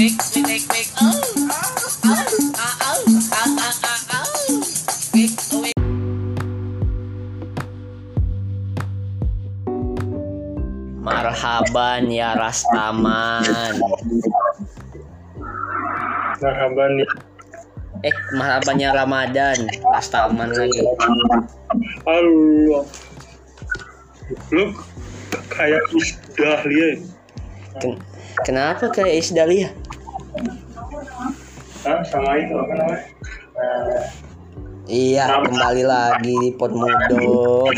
Marhaban ya Rastaman. Marhaban ya. Marhaban ya Ramadan. Rastaman lagi. Allah. Lu kayak Isdahlia. Kenapa kayak Isdahlia? Sama itu apa namanya? Iya, kembali lagi di Podmodon.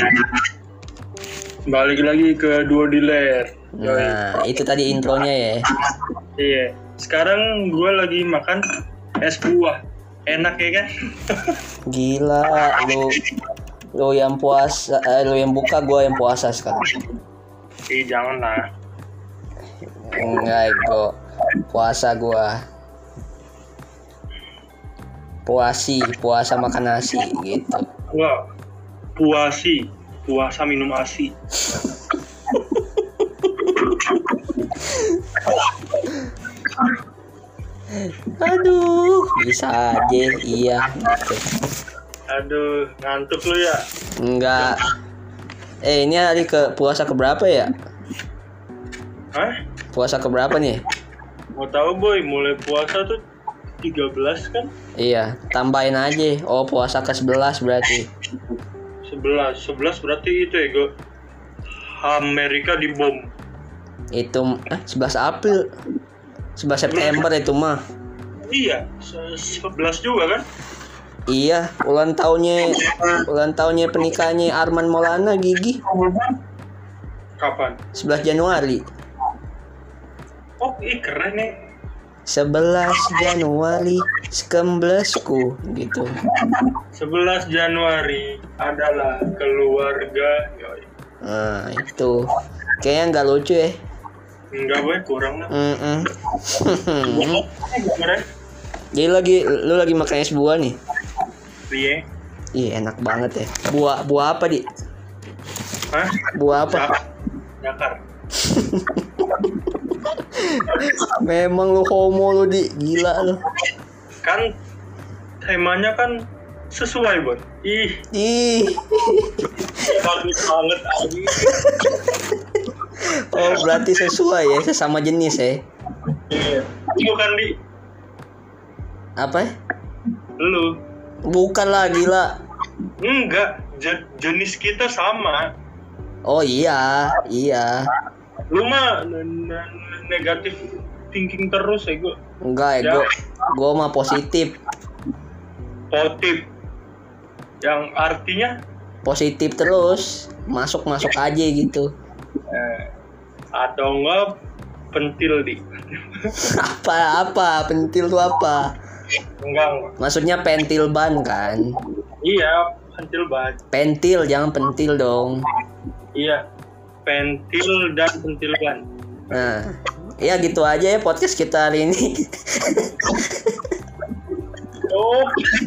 Balik lagi ke Duo Diler. Nah, itu tadi intronya ya. Iya. Sekarang gue lagi makan es buah. Enak ya kan? Gila, lu yang puasa, lu yang buka, gue yang puasa sekarang. Jangan lah. Enggak, gue puasa gue. Puasa makan nasi gitu. Wah, puasa minum ASI. Aduh, bisa aja, iya gitu. Aduh, ngantuk lu ya? Enggak. Ini hari puasa keberapa ya? Hah? Puasa keberapa nih? Mau tahu boy, mulai puasa tuh 13 kan? Iya, tambahin aja. Oh, puasa ke-11 berarti. 11 berarti itu ya gue. Amerika dibom. Itu 11 April. 11 September itu mah. Iya, 11 juga kan? Iya, ulang tahunnya pernikahannya Arman Maulana Gigi. Kapan? 11 Januari. Oh, keren nih. 11 Januari sekemblesku gitu. 11 Januari adalah keluarga. Nah, itu. Kayaknya nggak lucu ya. Enggak boy, kurang lah. Jadi lu lagi makan es buah nih. Iya. Iya, enak banget ya. Buah apa, Di? Hah? Buah apa? Jakar. Memang lu homo lu, Di. Gila lu. Kan temanya kan sesuai, Boy. Ih. Bagus banget Abi. Oh, berarti sesuai ya, sesama jenis ya. Iya. Bukan Di. Apa? Lu. Bukan lah, gila. Enggak, jenis kita sama. Oh iya. Lu mah negatif thinking terus ya gue. Enggak ya, gue mah positif. Yang artinya Positif terus, masuk aja gitu. Atau enggak pentil Di. Apa pentil tuh apa? Enggak. Maksudnya pentil ban kan? Iya, pentil ban. Pentil, jangan pentil dong. Iya, pentil dan pentil ban. Nah, ya gitu aja ya podcast kita hari ini. Oh.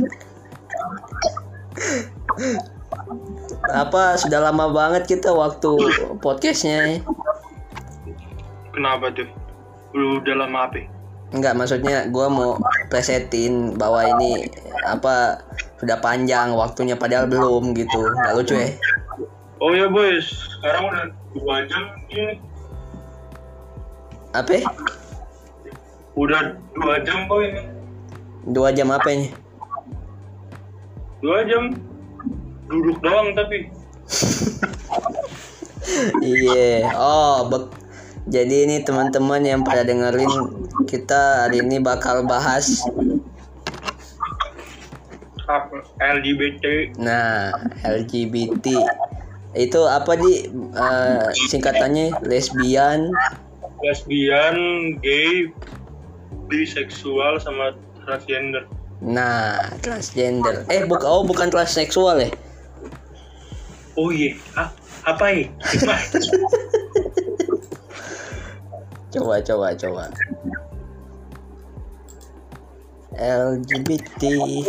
Apa sudah lama banget kita waktu podcastnya? Kenapa tuh? Udah lama apa? Enggak, maksudnya gue mau presetin bahwa ini apa sudah panjang waktunya padahal belum gitu. Nggak lucu ya? Oh ya boys, sekarang udah 2 jam ini. Apa? Udah 2 jam boy ini. 2 jam apa ini? 2 jam duduk doang tapi. Iya. Jadi ini teman-teman yang pada dengerin, kita hari ini bakal bahas LGBT. Nah, LGBT itu apa Di? Singkatannya lesbian, gay, biseksual sama transgender. Nah, transgender. Bukan transseksual ya? Oh iya. Apa ya? Coba. LGBT.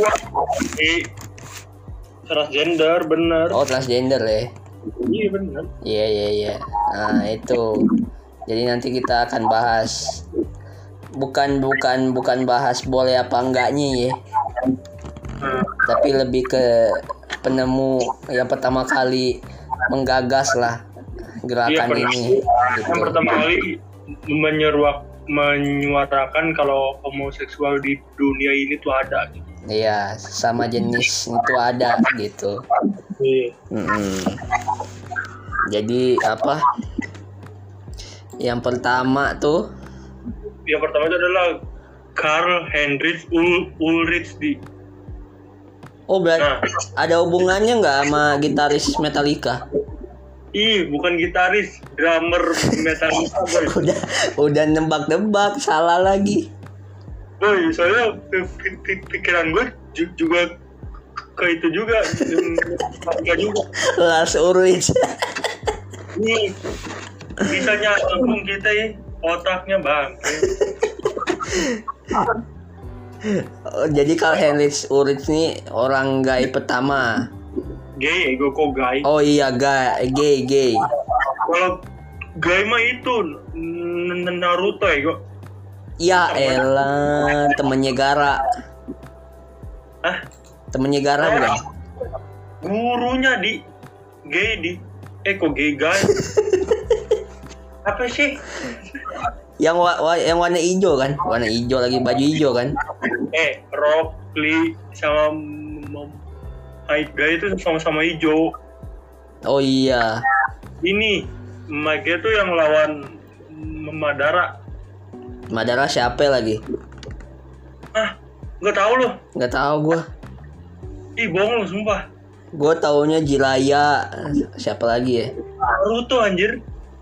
Transgender bener. Oh, transgender ya. Iya bener. Iya. Nah, itu. Jadi nanti kita akan bahas bukan bahas boleh apa enggaknya ya. Tapi lebih ke penemu yang pertama kali menggagas lah gerakan ini. Yang pertama kali menyuarakan kalau homoseksual di dunia ini tuh ada. Iya, sama jenis itu ada gitu. Jadi apa? Yang pertama itu adalah Karl Heinrich Ulrich di. Oh, berarti ada hubungannya nggak sama gitaris Metallica? Bukan gitaris, drummer Metallica, boy. udah nebak-nebak, salah lagi. Boy, soalnya pikiran gue juga ke itu juga. Lars Ulrich. Nih, bisa nyambung kita ya, otaknya bang. Oh, jadi Karl Heinrich Ulrich nih orang gay pertama. Gay, gue kok gay. Oh iya, gay. Kalau gay mah itu Naruto ya, gue. Ya elah, temennya Gara. Hah? Temennya Gara bukan? Gurunya di gay di. Kok gay guys? Apa sih? Yang warna hijau kan? Warna hijau lagi, baju hijau kan? Rock Lee sama Mike Guy itu sama-sama hijau. Oh iya. Ini Mike Guy itu yang lawan Madara. Madara siapa lagi? Nggak tahu loh. Nggak tahu gua. Bohong lo sumpah. Gua taunya Jiraiya. Siapa lagi ya? Naruto anjir.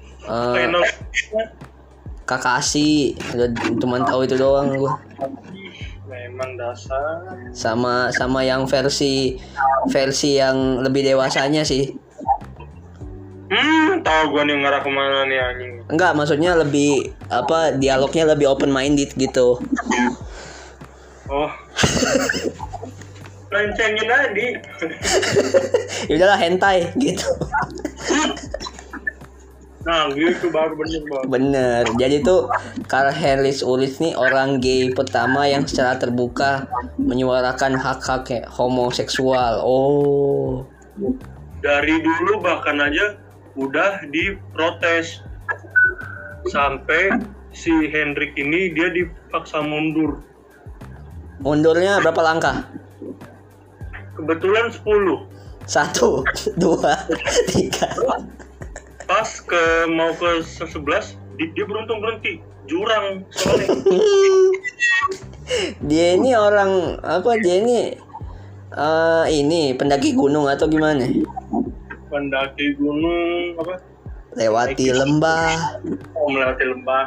Kakashi. Cuman tahu itu doang gua. Memang dasar. Sama yang versi yang lebih dewasanya sih. Tahu gua nih ngarah kemana nih anjing. Enggak, maksudnya lebih apa, dialognya lebih open minded gitu. Oh. Lencengin aja. Ya udahlah, hentai gitu. Nah, gitu baru bener bang. Bener. Jadi tuh Karl Heinrich Ulrich nih orang gay pertama yang secara terbuka menyuarakan hak-hak homoseksual. Oh. Dari dulu bahkan aja udah diprotes sampai si Hendrik ini dia dipaksa mundur. Mundurnya berapa langkah? Kebetulan 10. 1, 2, 3. Pas mau ke 11 dia beruntung berhenti jurang soalnya. Dia ini orang apa? Dia ini pendaki gunung atau gimana? Pendaki gunung apa? Lewati lembah. Melewati lembah.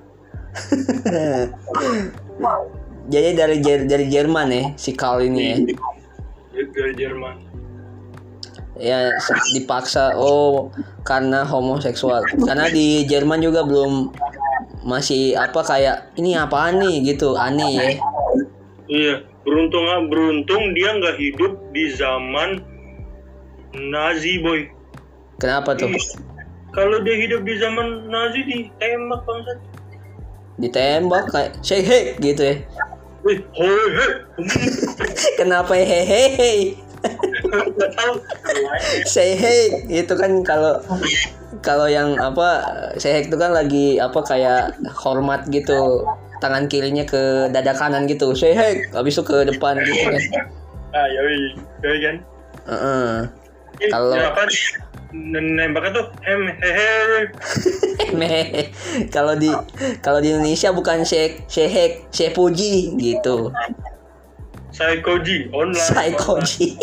Jadi dari Jerman ya si Karl ini ya. Dari Jerman. Ya dipaksa karena homoseksual. Karena di Jerman juga belum masih apa kayak ini apaan nih gitu, aneh ya. Iya, beruntung dia nggak hidup di zaman Nazi, boy. Kenapa tuh? Kalau dia hidup di zaman Nazi ditembak bangsat. Ditembak kayak say gitu ya. Kenapa hehehe? Say hey itu kan kalau yang apa say hey itu kan lagi apa kayak hormat gitu, tangan kirinya ke dada kanan gitu, say hey habis itu ke depan gitu kan. Yoi kan. Kalau nembaknya tuh hehehe. kalau di Indonesia bukan say puji gitu. Psychoji online. Psychoji.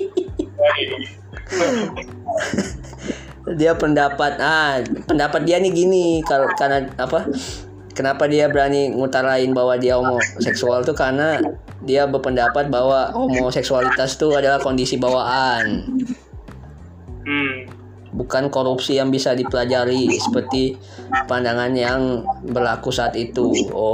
Dia pendapat dia nih gini, karena apa? Kenapa dia berani ngutarain bahwa dia homoseksual tuh karena dia berpendapat bahwa homoseksualitas tuh adalah kondisi bawaan. Bukan korupsi yang bisa dipelajari seperti pandangan yang berlaku saat itu.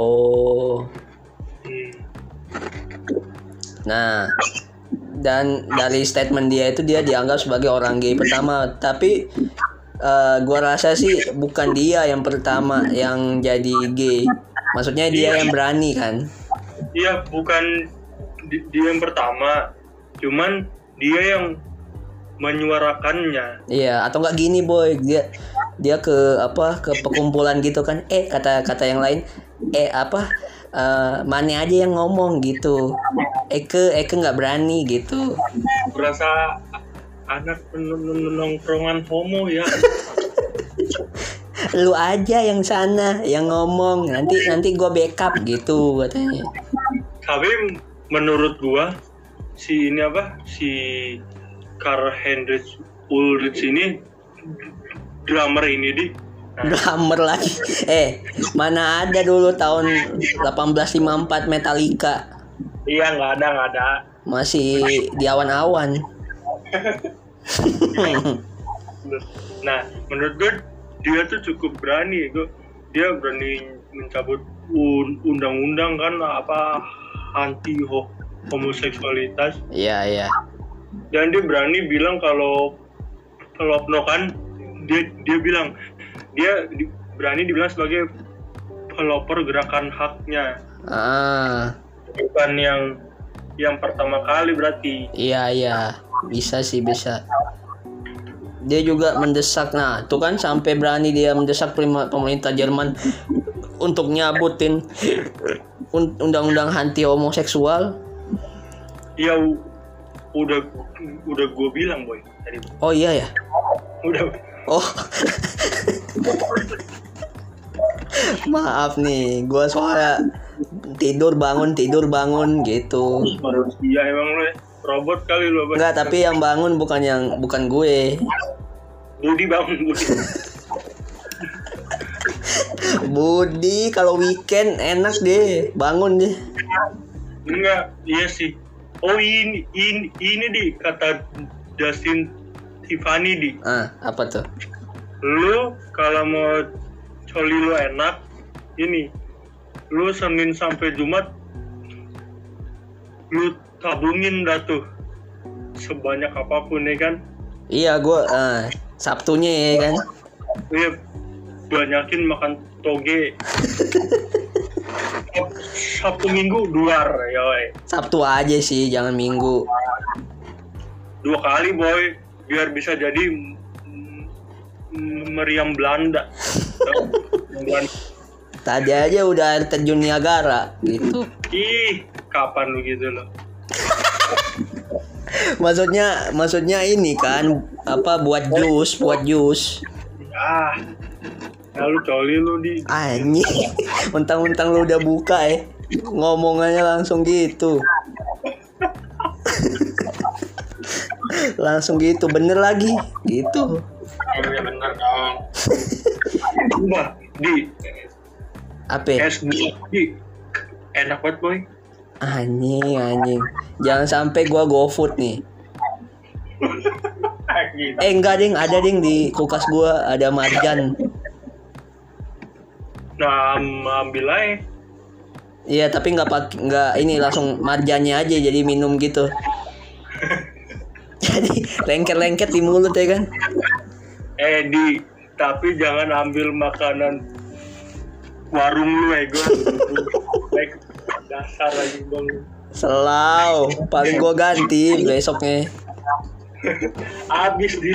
Nah, dan dari statement dia itu dia dianggap sebagai orang gay pertama. Tapi gua rasa sih bukan dia yang pertama yang jadi gay. Maksudnya dia Iya. yang berani kan? Iya, bukan dia yang pertama, cuman dia yang menyuarakannya. Iya, atau enggak gini boy, dia ke perkumpulan gitu kan, kata yang lain, Mane aja yang ngomong gitu, Eke nggak berani gitu. Berasa anak nongkrongan homo ya. Lu aja yang sana yang ngomong, nanti gue backup gitu katanya. Tapi menurut gua si Karl-Heinz Ulrich ini, drummer ini Drummer lagi. Mana ada dulu tahun 1854 Metallica. Iya, nggak ada. Masih di awan-awan. Nah, menurut gue dia tuh cukup berani. Dia berani mencabut undang-undang kan, anti homoseksualitas. Iya. Dan dia berani bilang kalau kan dia bilang berani dibilang sebagai pelopor gerakan haknya. Bukan yang pertama kali berarti. Iya, bisa. Dia juga mendesak, nah tuh kan sampai berani dia mendesak pemerintah Jerman untuk nyabutin undang-undang anti homoseksual. Ya udah gue bilang boy tadi. Oh iya ya. Udah. Oh. Maaf nih, gue soalnya tidur bangun gitu. Iya emang lu ya, robot kali lu. Enggak, tapi yang bangun bukan gue. Budi bangun. Budi kalau weekend enak deh, bangun deh. Enggak, iya sih. Oh ini kata Justin Tiffany Apa tuh? Lu kalau mau coli lu enak, ini lu Senin sampai Jumat lu tabungin dah tuh sebanyak apapun ya kan. Iya, gue Sabtunya ya kan. Iya, banyakin makan toge. Sabtu Minggu luar ya woy. Sabtu aja sih, jangan Minggu. 2 kali boy, biar bisa jadi meriam Belanda. Tadi aja udah air terjun Niagara gitu. Ih, kapan lu gitu loh? Maksudnya ini kan buat jus. Ya lu coli lu di. Anjing. Mentang-mentang lu udah buka ngomongannya langsung gitu. Langsung gitu, bener lagi gitu. Ya bener dong. Wah, di Apa? es di enak banget boy. Anjing. Jangan sampai gua GoFood nih. Gitu. Enggak ding, ada ding di kulkas gua ada marjan. Nah, ambil aja. Iya, tapi nggak ini langsung marjannya aja jadi minum gitu. Jadi lengket-lengket di mulut ya kan. Tapi jangan ambil makanan warung lu gue. Dasar lagi bang. Selau, paling gua ganti besoknya. Abis di.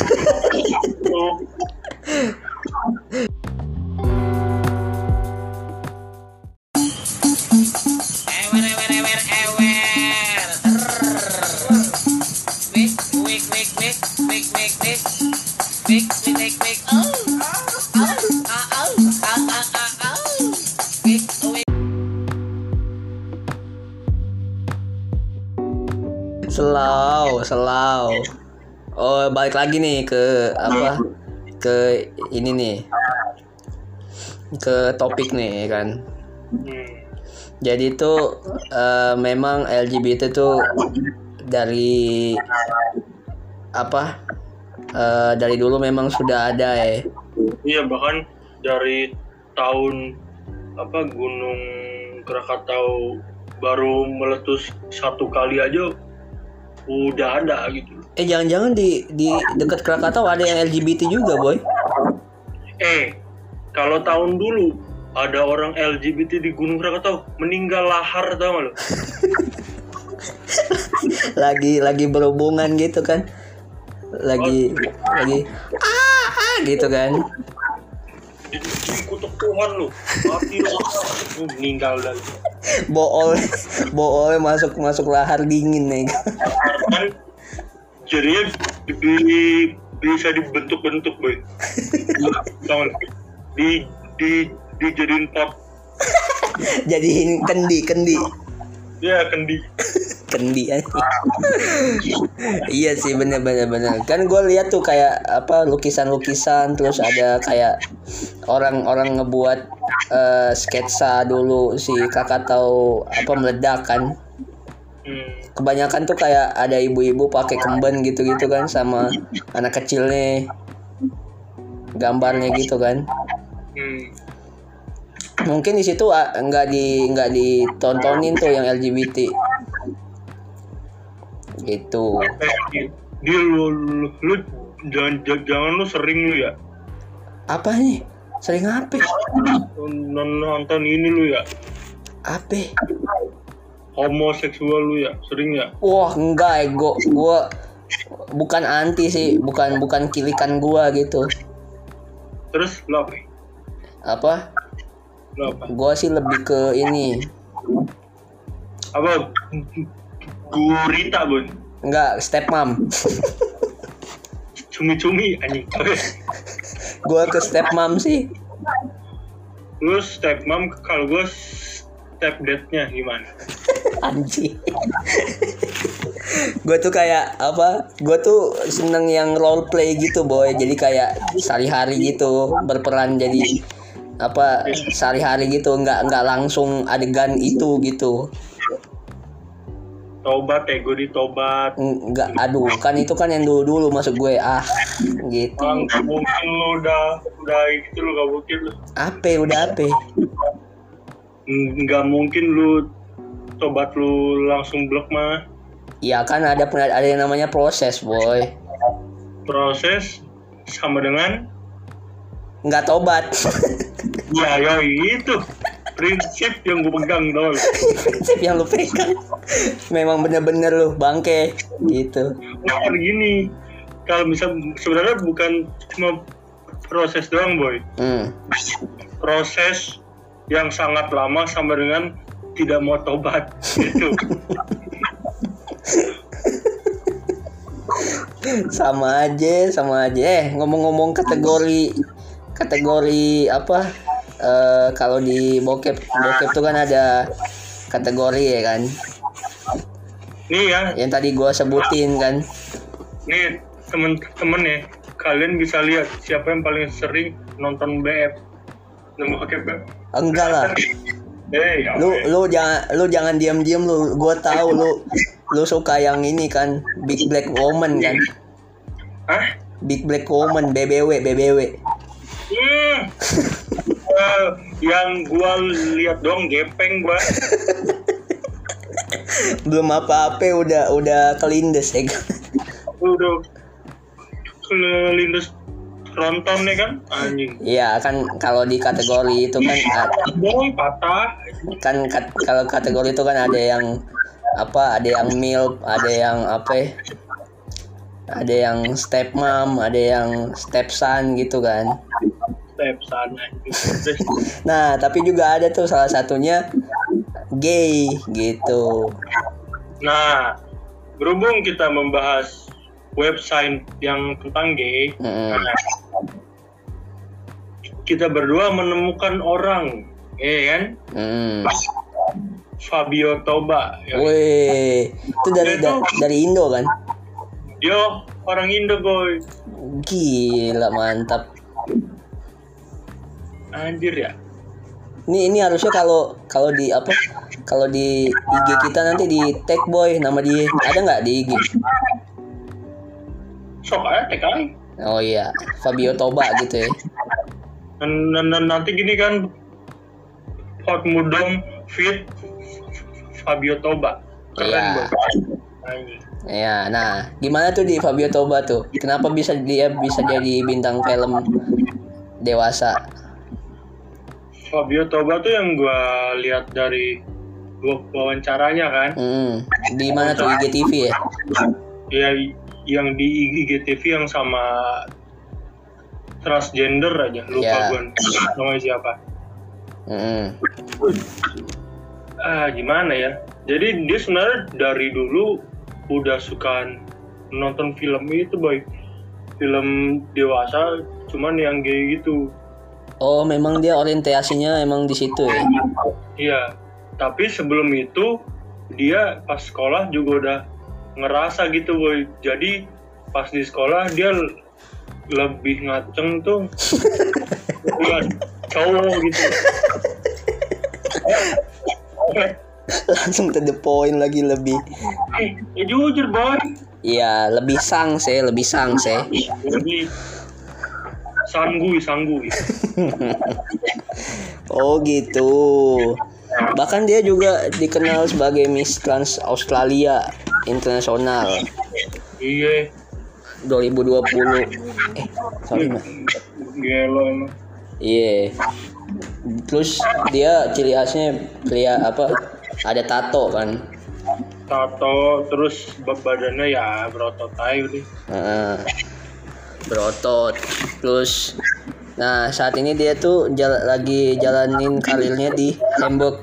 Selau. Oh, balik lagi nih ke ini nih. Ke topik nih kan. Jadi tuh memang LGBT tuh dari dari dulu memang sudah ada ya. Iya, bahkan dari tahun Gunung Krakatau baru meletus 1 kali aja udah ada gitu. Jangan-jangan di dekat Krakatau ada yang LGBT juga, boy? Kalau tahun dulu ada orang LGBT di Gunung Krakatau meninggal lahar, tau gak lo? lagi berhubungan gitu kan, lagi gitu kan, dikutuk Tuhan lo, mati lo, meninggal lagi. bool masuk lahar dingin nih. Kan jadinya bisa dibentuk-bentuk boy. Tau gak? Dijadiin pot. Jadiin kendi. Ya kendi. Kendi aja. Iya sih, bener. Kan gue lihat tuh kayak apa, lukisan terus ada kayak orang ngebuat sketsa dulu si Krakatau apa meledak kan. Kebanyakan tuh kayak ada ibu-ibu pakai kemben gitu kan sama anak kecilnya, gambarnya gitu kan. Mungkin di situ nggak ditontonin tuh yang LGBT gitu. Dia lu jangan lu sering lu ya. Apa nih? Sering apa? Nonton ini lu ya. Apa? Homoseksual lu ya, sering ya? Wah, enggak, gua bukan anti sih, bukan kilikan gua gitu. Terus lo apa? Apa? Lo apa? Gua sih lebih ke ini. Apa? Gurita, Bun. Enggak, stepmom. Cumi-cumi anjing. Gua ke stepmom sih. Lu stepmom, kalau gua stepdad-nya gimana? Anjing. Gue tuh kayak apa? Gue tuh seneng yang role play gitu boy. Jadi kayak sehari-hari gitu berperan jadi apa sehari-hari gitu. Nggak langsung adegan itu gitu. Tobat gue ditobat. Nggak, aduh kan itu kan yang dulu maksud gue gitu. Nggak mungkin lu udah gitu lu nggak mungkin lu. Udah apa? Nggak mungkin lu tobat lu langsung blok mah. Ya kan ada yang namanya proses boy. Proses sama dengan nggak tobat. Ya itu prinsip yang gue pegang dong. Prinsip yang lu pegang. Memang bener-bener lu bangke gitu. Nah gini, kalau misal sebenarnya bukan cuma proses doang boy. Proses yang sangat lama sama dengan tidak mau tobat gitu. sama aja. Ngomong-ngomong kategori apa? Kalau di bokep tuh kan ada kategori ya kan. Nih ya. Yang tadi gua sebutin kan. Nih temen-temen ya, kalian bisa lihat siapa yang paling sering nonton BF. Nemu bokep. Enggak lah. Lu jangan diam-diam lu. Gua tahu lu suka yang ini kan, Big Black Woman kan. Hah? Big Black Woman, BBW. Yang gua lihat dong gepeng gua. Belum apa-apa udah kelindes ya. Udah kelindes tronton nih kan anjing. Iya kan kalau di kategori itu kan patah. Kan kalau kategori itu kan ada yang apa, ada yang MILF, ada yang apa, ada yang stepmom, ada yang stepson gitu kan. Stepson. Nah tapi juga ada tuh salah satunya gay gitu. Nah berhubung kita membahas website yang tentang gay, kita berdua menemukan orang, ya kan? Fabio Toba. Ya. Wih, itu dari Indo kan? Yo, orang Indo boy. Gila mantap. Anjir ya. Ini harusnya kalau di apa? Kalau di IG kita nanti di tag boy nama dia. Ada nggak di IG? Sok aja tag aja. Oh iya, Fabio Toba gitu ya. Nanti gini kan, hot mudong fit Fabio Toba. Keren banget. Ya, nah gimana tuh di Fabio Toba tuh? Kenapa dia bisa jadi bintang film dewasa? Fabio Toba tuh yang gue lihat dari wawancaranya kan. Di mana tuh, IGTV ya? Ya, yang di IGTV yang sama transgender aja, lupa gue namanya siapa. Gimana ya? Jadi dia sebenarnya dari dulu udah suka nonton film itu, boy. Film dewasa, cuman yang kayak gitu. Oh, memang dia orientasinya emang di situ ya? Iya, tapi sebelum itu dia pas sekolah juga udah ngerasa gitu, boy. Jadi pas di sekolah dia lebih ngaceng tuh cowok gitu. Langsung to the point lagi, lebih. Ya jujur, boy. Iya, lebih sang sih. Lebih sanggui. Oh gitu. Bahkan dia juga dikenal sebagai Miss Trans Australia Internasional. Iya. 2020. Sorry mah. Gelo emang. Iya. Terus dia ciri khasnya ada tato kan. Tato, terus badannya ya berotot aja deh. Berotot. Terus saat ini dia tuh lagi jalanin karirnya di Hamburg.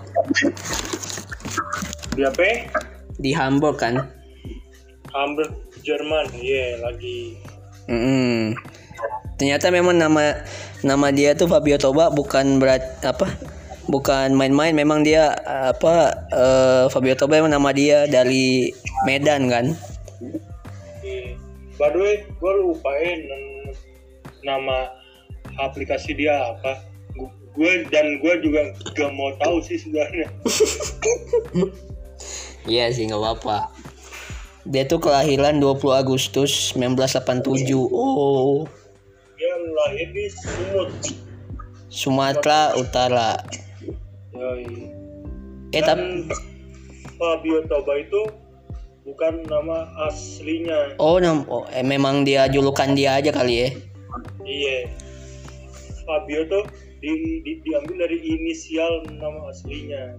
Di apa? Di Hamburg kan? Hamburg, Jerman. Iya, lagi. Ternyata memang nama dia tuh Fabio Toba bukan bukan main-main. Memang dia Fabio Toba emang nama dia dari Medan kan? By the way, gue lupain nama aplikasi dia apa. Gue juga gak mau tahu sih sebenarnya. Iya sih, nggak apa-apa. Dia tuh kelahiran 20 Agustus 1987. Oh. Dia lahir di Sumatera Utara. Dan Fabio Toba itu bukan nama aslinya. Memang dia julukan dia aja kali ya. Iya. Fabio tuh diambil dari inisial nama aslinya.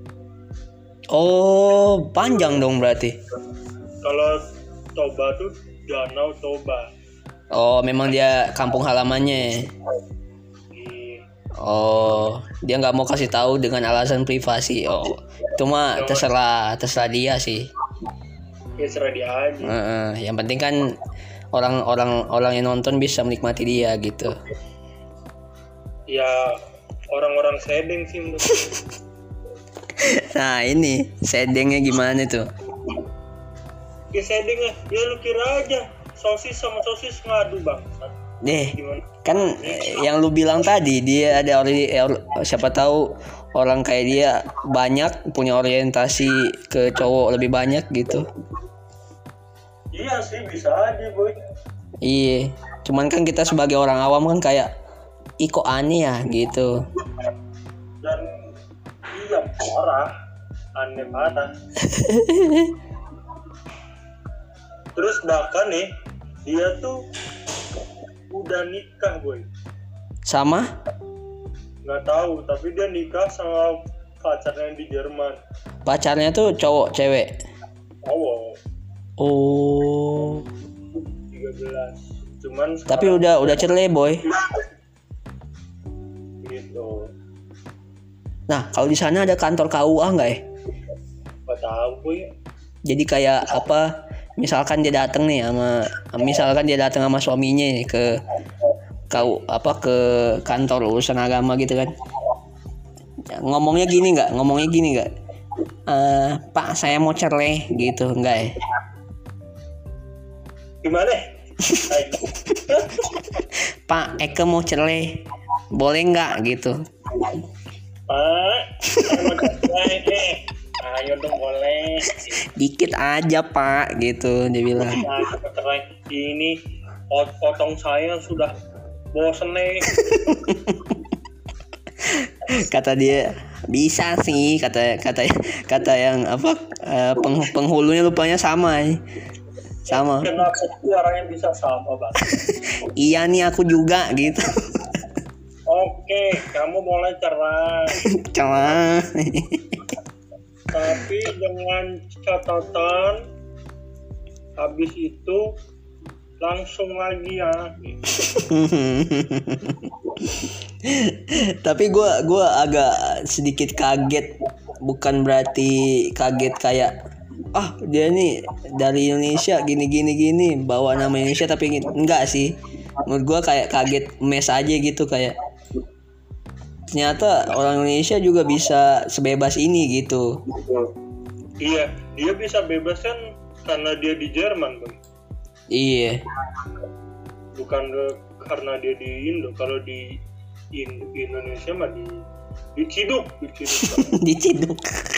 Oh, panjang dong berarti. Kalau Toba tuh Danau Toba. Oh, memang dia kampung halamannya. Oh, dia nggak mau kasih tahu dengan alasan privasi. Oh, itu mah terserah dia sih. Ya serah dia aja. Yang penting kan orang yang nonton bisa menikmati dia gitu. Ya orang-orang sedeng sih menurut. Nah ini sedengnya gimana tuh? Ya sedengnya, ya lu kira aja sosis sama sosis ngadu bang. Kan yang lu bilang tadi dia ada siapa tahu orang kayak dia banyak punya orientasi ke cowok lebih banyak gitu. Iya sih, bisa aja boy. Iya, cuman kan kita sebagai orang awam kan kayak kok aneh ya gitu. Dan iya aneh parah. Terus bahkan nih dia tuh udah nikah boy. Sama? Nggak tahu, tapi dia nikah sama pacarnya di Jerman. Pacarnya tuh cowok cewek? Cowok. Oh. 13. Cuman tapi udah cerai boy. Gitu. Nah kalau di sana ada kantor KUA nggak ya? Nggak tahu boy. Jadi kayak misalkan dia datang sama suaminya nih ke kantor urusan agama gitu kan. Ngomongnya gini nggak? Pak saya mau cerai gitu, enggak ya? Gimana? Pak Eke mau cerai, boleh nggak gitu? Pak, saya mau cerai. Ayo dong boleh. Dikit aja Pak gitu dia bilang. Cerai ini potong saya sudah bosen nih. Kata dia bisa sih, kata yang penghulunya lupanya sama. Kenapa suaranya bisa sama bang? Iya nih aku juga gitu. Oh Oke, kamu boleh cerai. Celah. Tapi dengan catatan habis itu langsung lagi ya. Tapi gua agak sedikit kaget, bukan berarti kaget kayak dia nih dari Indonesia gini bawa nama Indonesia, tapi enggak sih. Menurut gua kayak kaget mes aja gitu, kayak ternyata orang Indonesia juga bisa sebebas ini gitu. Iya, dia bisa bebas kan karena dia di Jerman, Bang. Iya. Bukan karena dia di Indo. Kalau di Indonesia mah diciduk. Diciduk.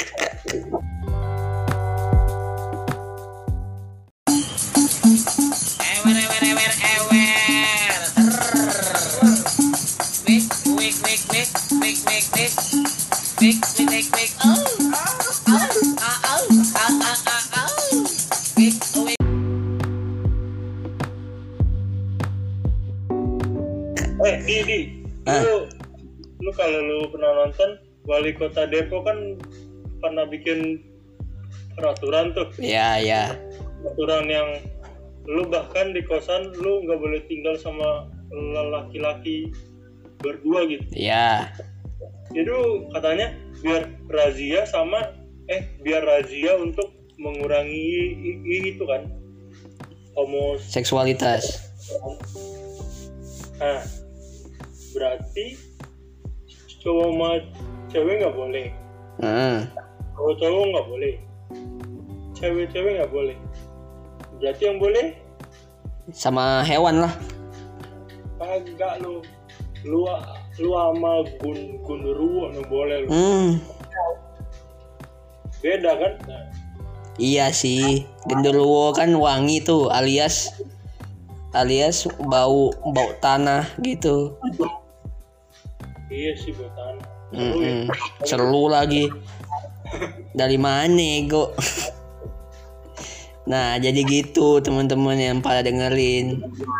Di lu kalau lu pernah nonton Wali Kota Depok kan pernah bikin peraturan tuh. Iya. Peraturan yang lu bahkan di kosan lu nggak boleh tinggal sama laki-laki berdua gitu. Iya. Itu katanya biar razia untuk mengurangi itu kan seksualitas. Nah, berarti cowok sama cewek nggak boleh, cowok nggak boleh, cewek nggak boleh. Berarti yang boleh sama hewan lah. Kagak lu sama gundurwo nggak boleh lu. Beda kan? Nah. Iya sih, genderuwo kan wangi tuh, alias bau tanah gitu. Iya sih, bau tanah. Seru lagi. Dari mana ego? Nah, jadi gitu teman-teman yang pada dengerin.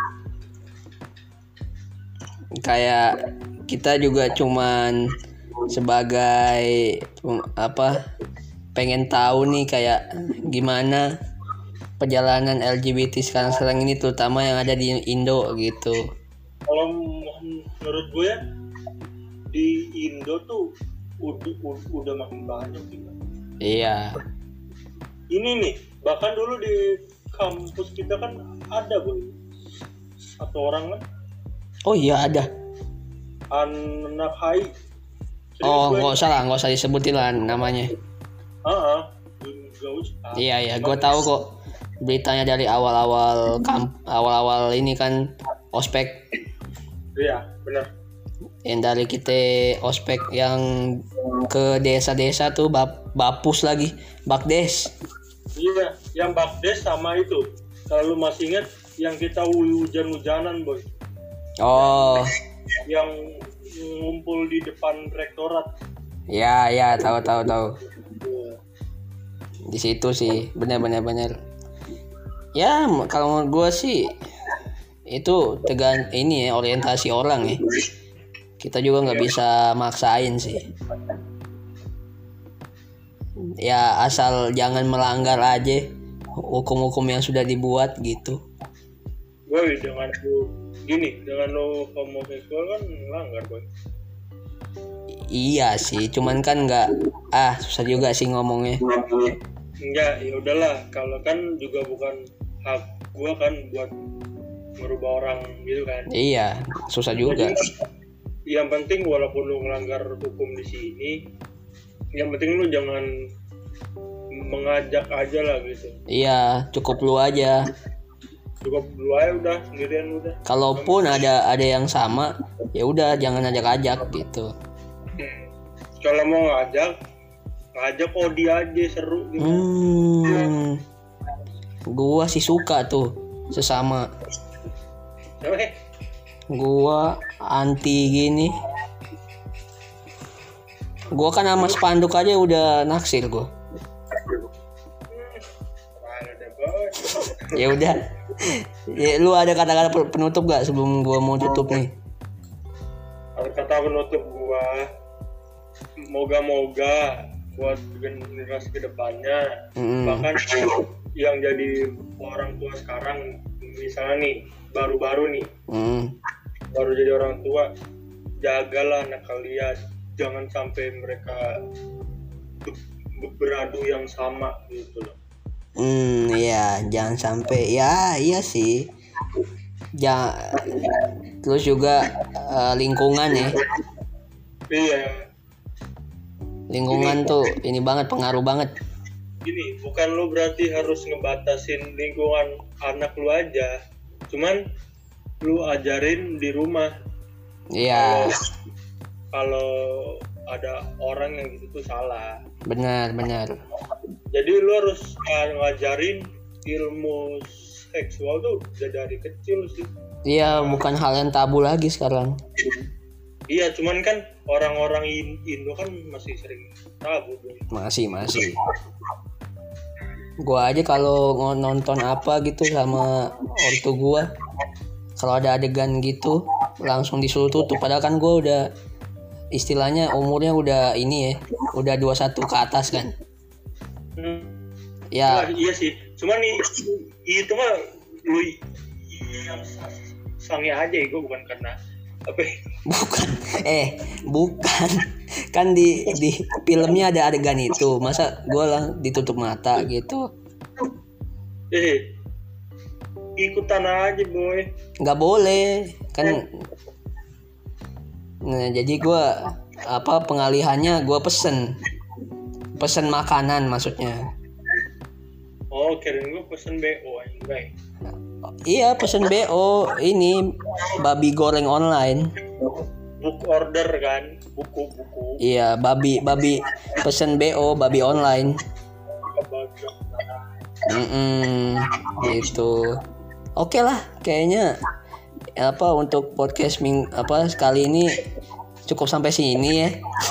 Kayak kita juga cuman sebagai pengen tahu nih kayak gimana perjalanan LGBT sekarang ini, terutama yang ada di Indo gitu. Kalau menurut gue ya, di Indo tuh udah makin banyak gitu. Iya. Ini nih, bahkan dulu di kampus kita kan ada Boy, satu orang kan. Oh iya ada. Anak HI. Nggak usah disebutin lah namanya. Gak usah. Iya, gue tahu kok beritanya dari awal-awal ini kan ospek. Iya, benar. Yang dari kita ospek yang ke desa-desa tuh Bapus lagi, Bakdes. Iya, yang Bakdes sama itu. Kalau lu masih ingat yang kita hujan-hujanan, Boy. Oh. Yang ngumpul di depan rektorat. Ya, tahu. Iya. Di situ sih, benar. Ya, kalau menurut gue sih itu orientasi orang ya. Kita juga nggak bisa maksain sih. Ya asal jangan melanggar aja hukum-hukum yang sudah dibuat gitu. Boy, dengan lo homoseksual kan melanggar, Boy. Iya sih, cuman kan nggak susah juga sih ngomongnya. Enggak, ya udahlah. Kalau kan juga bukan hak gua kan buat merubah orang gitu kan. Iya, susah juga. Yang penting walaupun lu melanggar hukum di sini, yang penting lu jangan mengajak aja lah gitu. Iya, cukup lu aja udah sendirian udah. Kalaupun ada yang sama, ya udah jangan ajak-ajak gitu. Kalau mau ngajak Odi aja seru gitu. Gua sih suka tuh sesama. Gua anti gini. Gua kan sama spanduk aja udah naksir gua. Ya udah. Ya, lu ada kata-kata penutup gak sebelum gua mau tutup nih? kata penutup gua, moga-moga buat generasi kedepannya, bahkan yang jadi orang tua sekarang, misalnya nih baru-baru nih, baru jadi orang tua, jagalah anak kalian, jangan sampai mereka beradu yang sama gitu loh. Iya, jangan sampai, ya iya sih. Terus juga lingkungan ya. Iya. Lingkungan tuh ini banget, pengaruh banget. Gini, bukan lu berarti harus ngebatasin lingkungan anak lu aja, cuman lu ajarin di rumah. Iya. Kalau ada orang yang gitu tuh salah. Benar. Jadi lu harus ngajarin ilmu seksual tuh udah dari kecil sih. Iya, bukan hal yang tabu lagi sekarang. Iya, cuman kan orang-orang Indo kan masih sering tabu. Masih. Gua aja kalau nonton apa gitu sama ortu gua, kalau ada adegan gitu langsung disuruh tutup. Padahal kan gua udah istilahnya umurnya udah ini ya, udah 21 ke atas kan. Ya. Nah, iya sih. Cuman itu mah lu yang sange aja ya, gua bukan karena apa? Bukan. Kan di filmnya ada adegan itu. Masa gue lah ditutup mata gitu. Ikutan aja boy. Nggak boleh kan. Nah jadi gue pengalihannya gue pesen makanan maksudnya. Oh kirain gue pesen BO anjay. Iya pesen BO ini babi goreng online. Book order kan, buku. Iya babi pesen BO babi online. Gitu. Oke lah kayaknya untuk podcast sekali ini cukup sampai sini ya.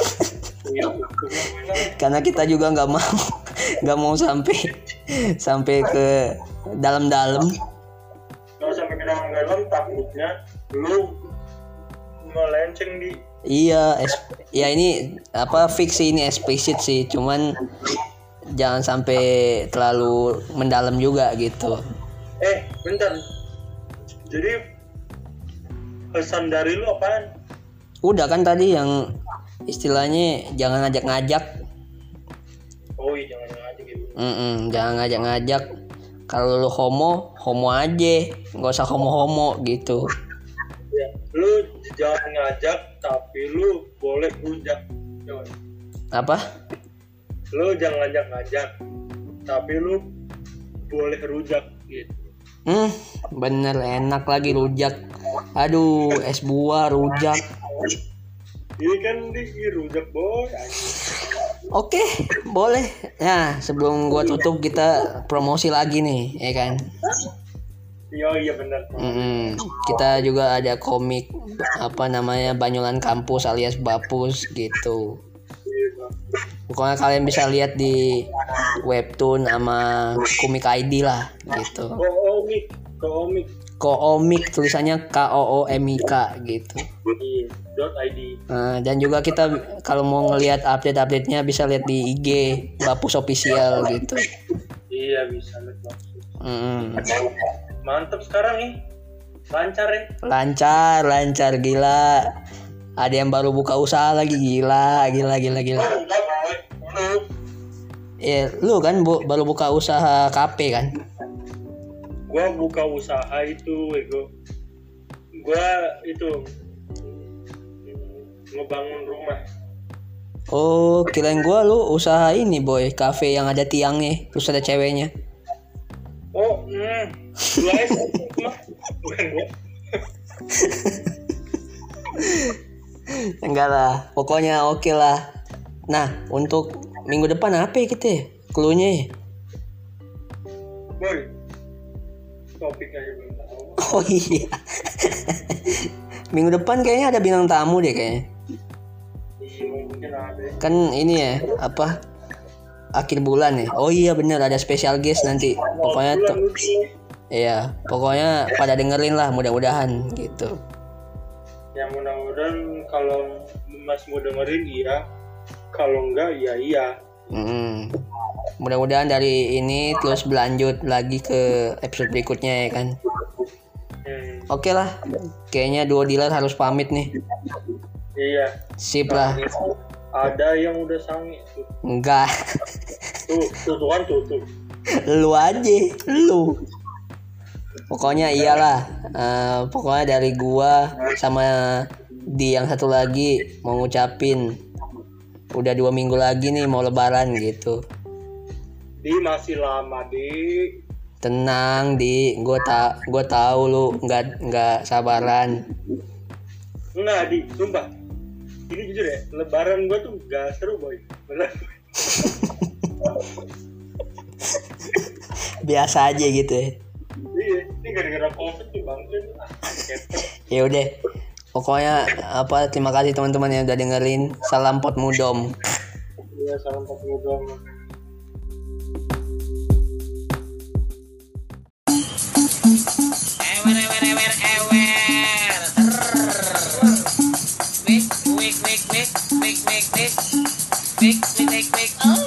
Karena kita juga nggak mau sampai ke dalam-dalam. Kalau sampai ke dalam takutnya lu melenceng di. Iya, ya ini fiksi ini eksplisit sih, cuman jangan sampai terlalu mendalam juga gitu. Bentar. Jadi pesan dari lu apaan? Udah kan tadi yang istilahnya jangan ngajak-ngajak. Oh iya jangan ngajak gitu. Jangan ngajak-ngajak. Kalau lu homo aja, nggak usah homo gitu. Ya, lu jangan ngajak tapi lu boleh rujak. Apa? Lu jangan ngajak tapi lu boleh rujak gitu. Bener enak lagi rujak. Aduh, es buah rujak. Iya kan rujak boy. Oke, boleh. Nah, sebelum gua tutup kita promosi lagi nih, ya kan? Iya benar. Kita juga ada komik Banyulan Kampus alias Bapus gitu. Pokoknya kalian bisa lihat di webtoon sama komik ID lah gitu. Koomik tulisannya KOOMIK gitu. .id. Dan juga kita kalau mau ngelihat update-nya bisa lihat di IG Bapus Official gitu. Iya bisa lihat Bapus. Mantap sekarang nih. Lancar ya? Lancar gila. Ada yang baru buka usaha lagi gila. Lu kan baru buka usaha kafe kan? Gua buka usaha itu, gua itu ngebangun rumah. Oh, kirain gua lu usaha ini boy, kafe yang ada tiangnya, terus ada ceweknya. Oh, bukan gua. Enggak lah, pokoknya oke lah. Nah, untuk minggu depan apa ya kita? Cluenya? Boy, topik aja belum tahu. Oh iya. Minggu depan kayaknya ada bintang tamu deh kayaknya. Iya, mungkin ada. Kan ini ya, akhir bulan ya. Oh iya bener ada special guest nanti. Pokoknya pokoknya pada dengerin lah mudah-mudahan gitu. Ya mudah-mudahan kalau Mas mau dengerin iya, kalau enggak ya iya. Mudah-mudahan dari ini terus berlanjut lagi ke episode berikutnya ya kan. Oke lah, kayaknya duo dealer harus pamit nih. Iya. Sip lah. Ada yang udah sangi tuh. Enggak. Tuh kan tuh. Lu aja, lu. Pokoknya iyalah. Pokoknya dari gua sama di yang satu lagi mau ngucapin udah 2 minggu lagi nih mau lebaran gitu. Di masih lama di. Tenang di, gua tahu lu nggak sabaran. Enggak di, sumpah. Ini jujur ya, lebaran gua tuh gak seru boy. Bener. Biasa aja gitu ya. Iya, ini gara-gara COVID tuh bang. Ya udah. Pokoknya terima kasih teman-teman yang udah dengerin. Salam pot mudom. Iya, salam pot mudom. Wik.